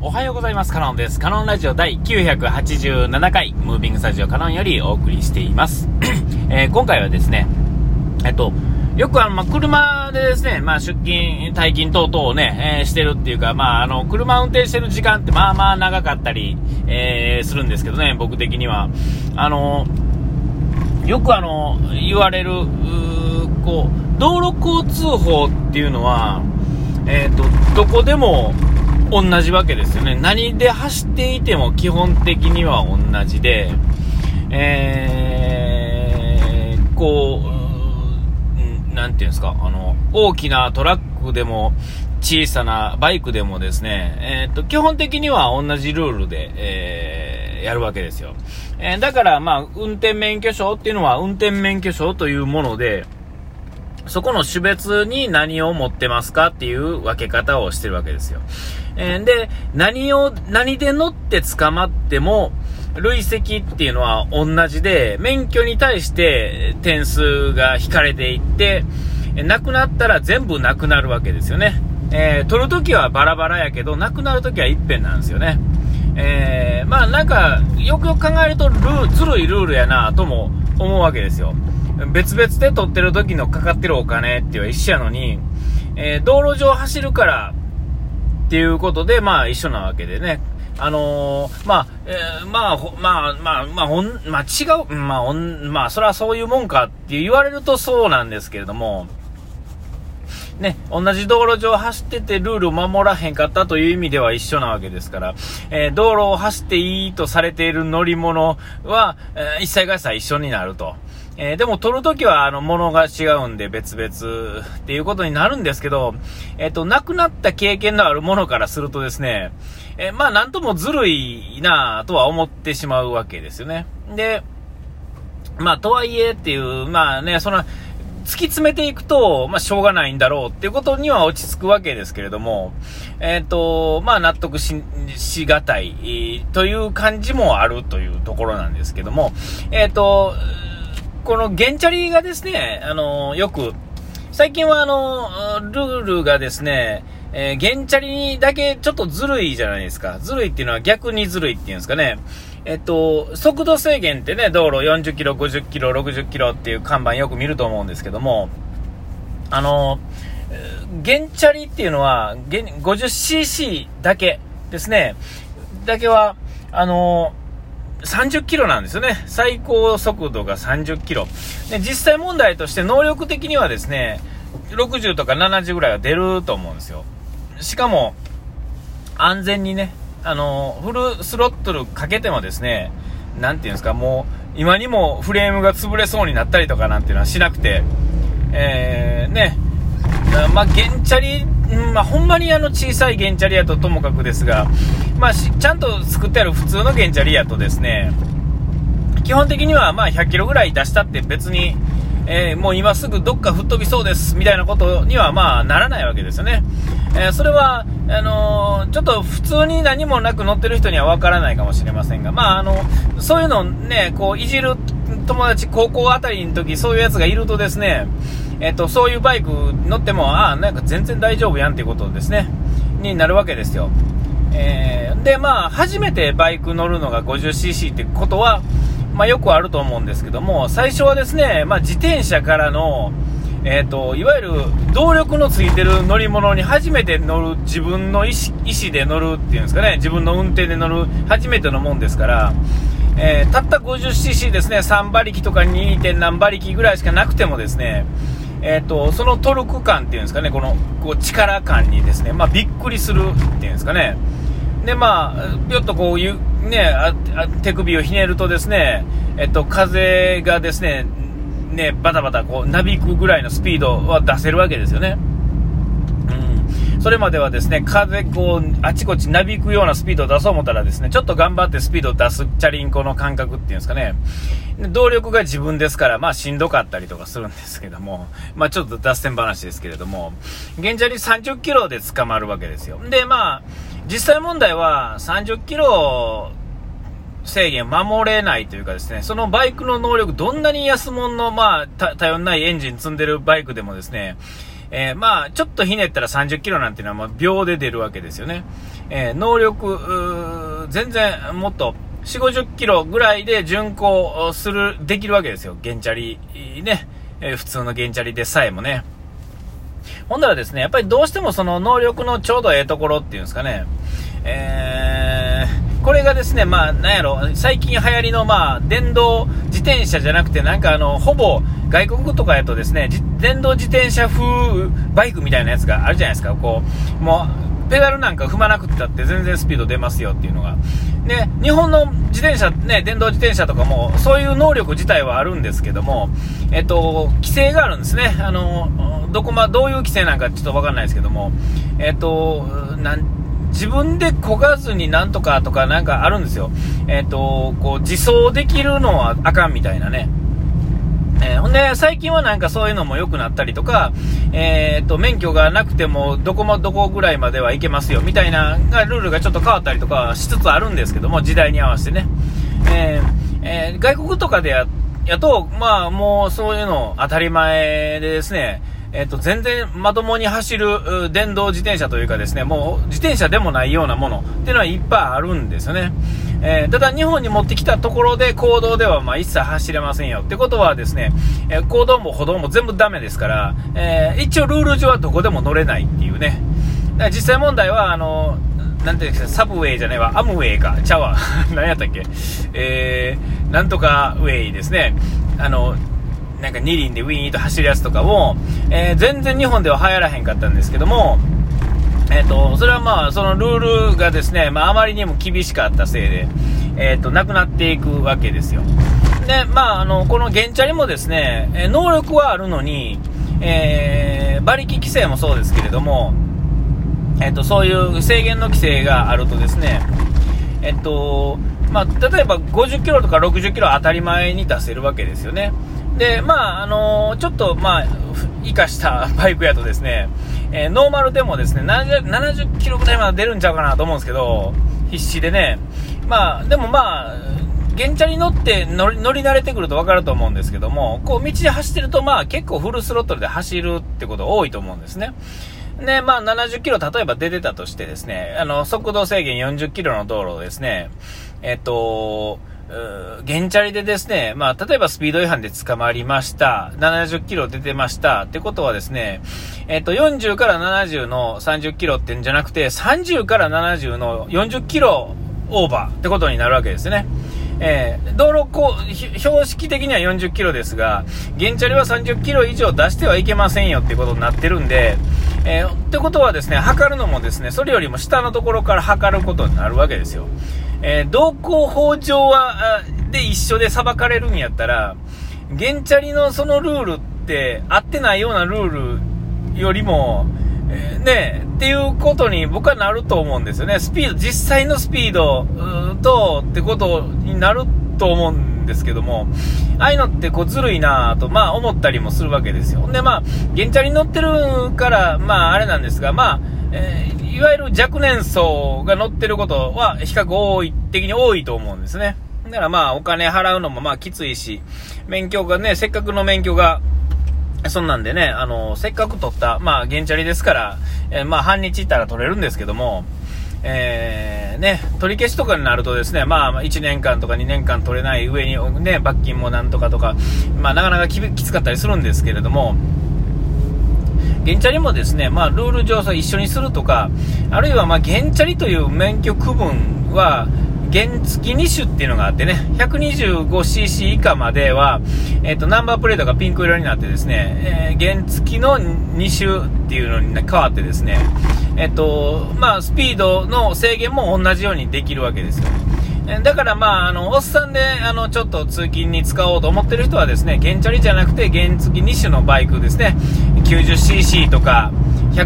おはようございます。カノンです。カノンラジオ第987回ムービングスタジオカノンよりお送りしています。今回はですね、よく車でですね、出勤、退勤等々をね、してるっていうか、車運転してる時間って長かったり、するんですけどね、僕的には。よく言われる、道路交通法っていうのは、どこでも同じわけですよね。何で走っていても基本的には同じで、なんていうんですか、大きなトラックでも小さなバイクでもですね、基本的には同じルールで、やるわけですよ。だから運転免許証っていうのは運転免許証というもので、そこの種別に何を持ってますかっていう分け方をしてるわけですよ。で、何で乗って捕まっても、累積っていうのは同じで、免許に対して点数が引かれていって、なくなったら全部なくなるわけですよね。取るときはバラバラやけど、なくなるときは一遍なんですよね。よくよく考えるとずるいルールやなとも思うわけですよ。別々で取ってる時のかかってるお金っていうのは一緒やのに、道路上走るからっていうことで一緒なわけでね。それはそういうもんかって言われるとそうなんですけれどもね、同じ道路上走っててルールを守らへんかったという意味では一緒なわけですから、道路を走っていいとされている乗り物は、一切が一切一緒になると。でも取るときは物が違うんで別々っていうことになるんですけど、亡くなった経験のあるものからするとですね、なんともずるいなとは思ってしまうわけですよね。で、とはいえっていう、突き詰めていくと、しょうがないんだろうっていうことには落ち着くわけですけれども、納得しがたい、という感じもあるというところなんですけども、この原チャリがですね、よく、最近はルールがですね、原チャリにだけちょっとずるいじゃないですか。ずるいっていうのは逆にずるいっていうんですかね。速度制限ってね、道路40キロ、50キロ、60キロっていう看板よく見ると思うんですけども、原チャリっていうのは、50cc だけですね。だけは、30キロなんですよね。最高速度が30キロ。で、実際問題として能力的にはですね、60とか70ぐらいは出ると思うんですよ。しかも、安全にね、フルスロットルかけてもですね、なんていうんですか、もう、今にもフレームが潰れそうになったりとかなんていうのはしなくて、原チャリ、ほんまに小さい原チャリやとともかくですが、ちゃんと作ってある普通の原チャリやとですね、基本的には100キロぐらい出したって別に、もう今すぐどっか吹っ飛びそうですみたいなことにはならないわけですよね。それはちょっと普通に何もなく乗ってる人にはわからないかもしれませんが、そういうのをね、いじる友達、高校あたりの時そういうやつがいるとですね、そういうバイク乗ってもなんか全然大丈夫やんっていうことですねになるわけですよ。で初めてバイク乗るのが 50cc ってことはよくあると思うんですけども、最初はですね、自転車からのいわゆる動力のついてる乗り物に初めて乗る、自分の意思で乗るっていうんですかね、自分の運転で乗る初めてのもんですから、たった 50cc ですね、3馬力とか 2. 何馬力ぐらいしかなくてもですね、そのトルク感っていうんですかね、この力感にですね、びっくりするっていうんですかね。でぴょっと手首をひねるとですね、風がですね、バタバタなびくぐらいのスピードは出せるわけですよね。それまではですね、風あちこちなびくようなスピードを出そう思ったらですね、ちょっと頑張ってスピードを出すチャリンコの感覚っていうんですかね。動力が自分ですからしんどかったりとかするんですけども、ちょっと脱線話ですけれども、原チャリ30キロで捕まるわけですよ。で実際問題は30キロ制限守れないというかですね、そのバイクの能力、どんなに安物の頼んないエンジン積んでるバイクでもですね、 まあ、ちょっとひねったら30キロなんていうのはもう秒で出るわけですよね。能力、全然もっと4、50キロぐらいで巡航できるわけですよ。原チャリね。普通の原チャリでさえもね。ほんだらですね、やっぱりどうしてもその能力のちょうどええところっていうんですかね。これがですね、まあ、なんやろ、最近流行りの、まあ、電動自転車じゃなくて、なんかほぼ、外国とかやとですね、電動自転車風バイクみたいなやつがあるじゃないですか。こう、もう、ペダルなんか踏まなくてだって全然スピード出ますよっていうのが。で、日本の自転車、ね、電動自転車とかも、そういう能力自体はあるんですけども、規制があるんですね。どういう規制なんかちょっとわかんないですけども、自分で漕がずになんとかとかなんかあるんですよ。こう自走できるのはあかんみたいなね。ほんで最近はなんかそういうのも良くなったりとか、免許がなくてもどこぐらいまでは行けますよみたいなルールがちょっと変わったりとかしつつあるんですけども、時代に合わせてね。外国とかでやと、まあもうそういうの当たり前でですね、全然まともに走る電動自転車というかですね、もう自転車でもないようなものっていうのはいっぱいあるんですよね。ただ日本に持ってきたところで公道ではまあ一切走れませんよってことはですね、公道も歩道も全部ダメですから、一応ルール上はどこでも乗れないっていうね。だから実際問題はなんていうんですか、サブウェイじゃないわ、アムウェイか、ちゃうわ、何やったっけ、なんとかウェイですね。なんか二輪でウィーンと走るやつとかも、全然日本では流行らへんかったんですけども、それはまあそのルールがですね、まああまりにも厳しかったせいで、なくなっていくわけですよ。で、まあこの原チャリもですね、能力はあるのに、馬力規制もそうですけれども、そういう制限の規制があるとですね、まあ例えば50キロとか60キロ当たり前に出せるわけですよね。で、まあちょっとまあ活かしたバイクやとですね、ノーマルでもですね70キロぐらいまで出るんちゃうかなと思うんですけど、必死でね、まあでもまあ原チャリ乗って乗り慣れてくると分かると思うんですけども、こう道で走ってるとまあ結構フルスロットルで走るってことが多いと思うんですね。で、まあ70キロ例えば出てたとしてですね、速度制限40キロの道路をですね、原チャリでですね、まあ、例えばスピード違反で捕まりました。70キロ出てました。ってことはですね、40から70の30キロってんじゃなくて、30から70の40キロオーバーってことになるわけですね。道路標識的には40キロですが、原チャリは30キロ以上出してはいけませんよってことになってるんで、ってことはですね、測るのもですね、それよりも下のところから測ることになるわけですよ。道交法上はで一緒で裁かれるんやったら、原チャリのそのルールって合ってないようなルールよりも、ねっていうことに僕はなると思うんですよね。実際のスピードとってことになると思うんですけども、ああいうのってこうずるいなぁとまあ思ったりもするわけですよ。でまあ原チャリ乗ってるからまああれなんですが、まあいわゆる若年層が乗ってることは比較的に多いと思うんですね。だからまあお金払うのもまあきついし、免許がね、せっかくの免許がそんなんでね、せっかく取ったまあ原チャリですから、まあ半日いったら取れるんですけども、ね、取り消しとかになるとですね、まあ1年間とか2年間取れない上にね、罰金もなんとかとか、まあなかなかきつかったりするんですけれども、原チャリもですね、まあルール上一緒にするとか、あるいはまあ原チャリという免許区分は原付2種っていうのがあってね、125cc 以下までは、ナンバープレートがピンク色になってですね、原付の2種っていうのに変わってですね、まあスピードの制限も同じようにできるわけですよ。だからまあおっさんでちょっと通勤に使おうと思ってる人はですね、原チャリじゃなくて原付2種のバイクですね、90cc とか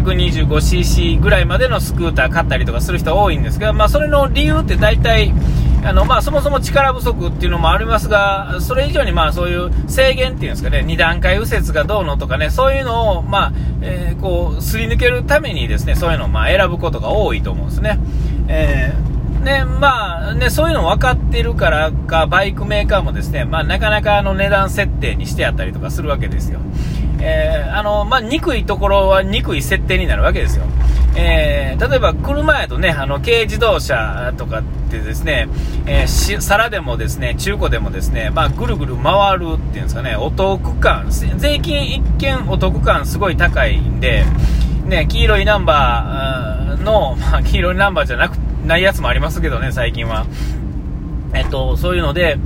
125cc ぐらいまでのスクーター買ったりとかする人多いんですが、まあそれの理由って大体まあそもそも力不足っていうのもありますが、それ以上にまあそういう制限っていうんですかね、2段階右折がどうのとかね、そういうのをまあ、こうすり抜けるためにですね、そういうのをまあ選ぶことが多いと思うんですね。ね、まあね、そういうの分かってるからか、バイクメーカーもですね、まあなかなか値段設定にしてあったりとかするわけですよ。 憎いところは憎い設定になるわけですよ。例えば車やとね、軽自動車とかってですね、皿でもですね、中古でもですね、ぐるぐる回るっていうんですかね、お得感、税金一見お得感すごい高いんで、ね、黄色いナンバーの、黄色いナンバーじゃないやつもありますけどね、最近は。そういうので、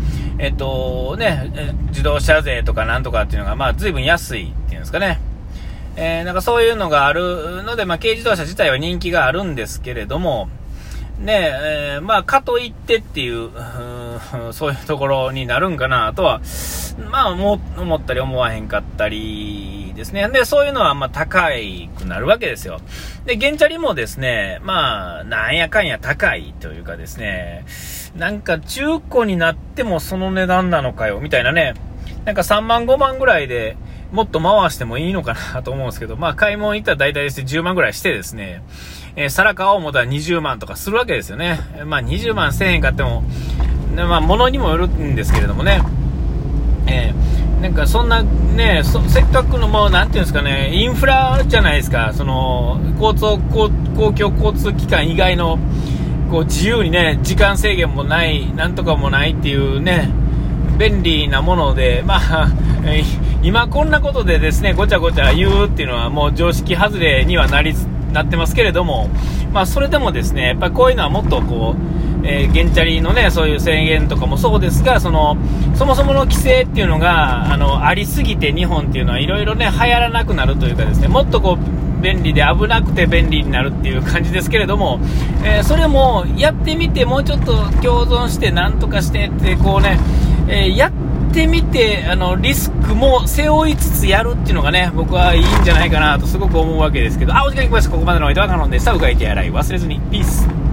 自動車税とかなんとかっていうのが、随分安いっていうんですかね。なんかそういうのがあるので、軽自動車自体は人気があるんですけれども、ね、かといってっていう、そういうところになるんかなとは、思ったり思わへんかったりですね。で、そういうのは高くなるわけですよ。で、原チャリもですね、なんやかんや高いというかですね、なんか中古になってもその値段なのかよみたいなね、なんか3万5万ぐらいでもっと回してもいいのかなと思うんですけど、買い物行ったら大体ですね10万ぐらいしてですね、皿買おう思ったら20万とかするわけですよね。20万1000円買っても、物にもよるんですけれどもね、なんかそんなね、せっかくのなんていうんですかね、インフラじゃないですか、その公共交通機関以外の自由にね、時間制限もないなんとかもないっていうね、便利なもので、今こんなことでですねごちゃごちゃ言うっていうのはもう常識外れにはなってますけれども、それでもですね、やっぱりこういうのはもっと原チャリのね、そういう制限とかもそうですが、そもそもの規制っていうのがありすぎて、日本っていうのはいろいろね流行らなくなるというかですね、もっと便利で危なくて便利になるっていう感じですけれども、それもやってみてもうちょっと共存してなんとかしてってやってみてリスクも背負いつつやるっていうのがね、僕はいいんじゃないかなとすごく思うわけですけど、お時間来ました。ここまでのお相手はカノンでした。うがい手洗い忘れずに。ピース。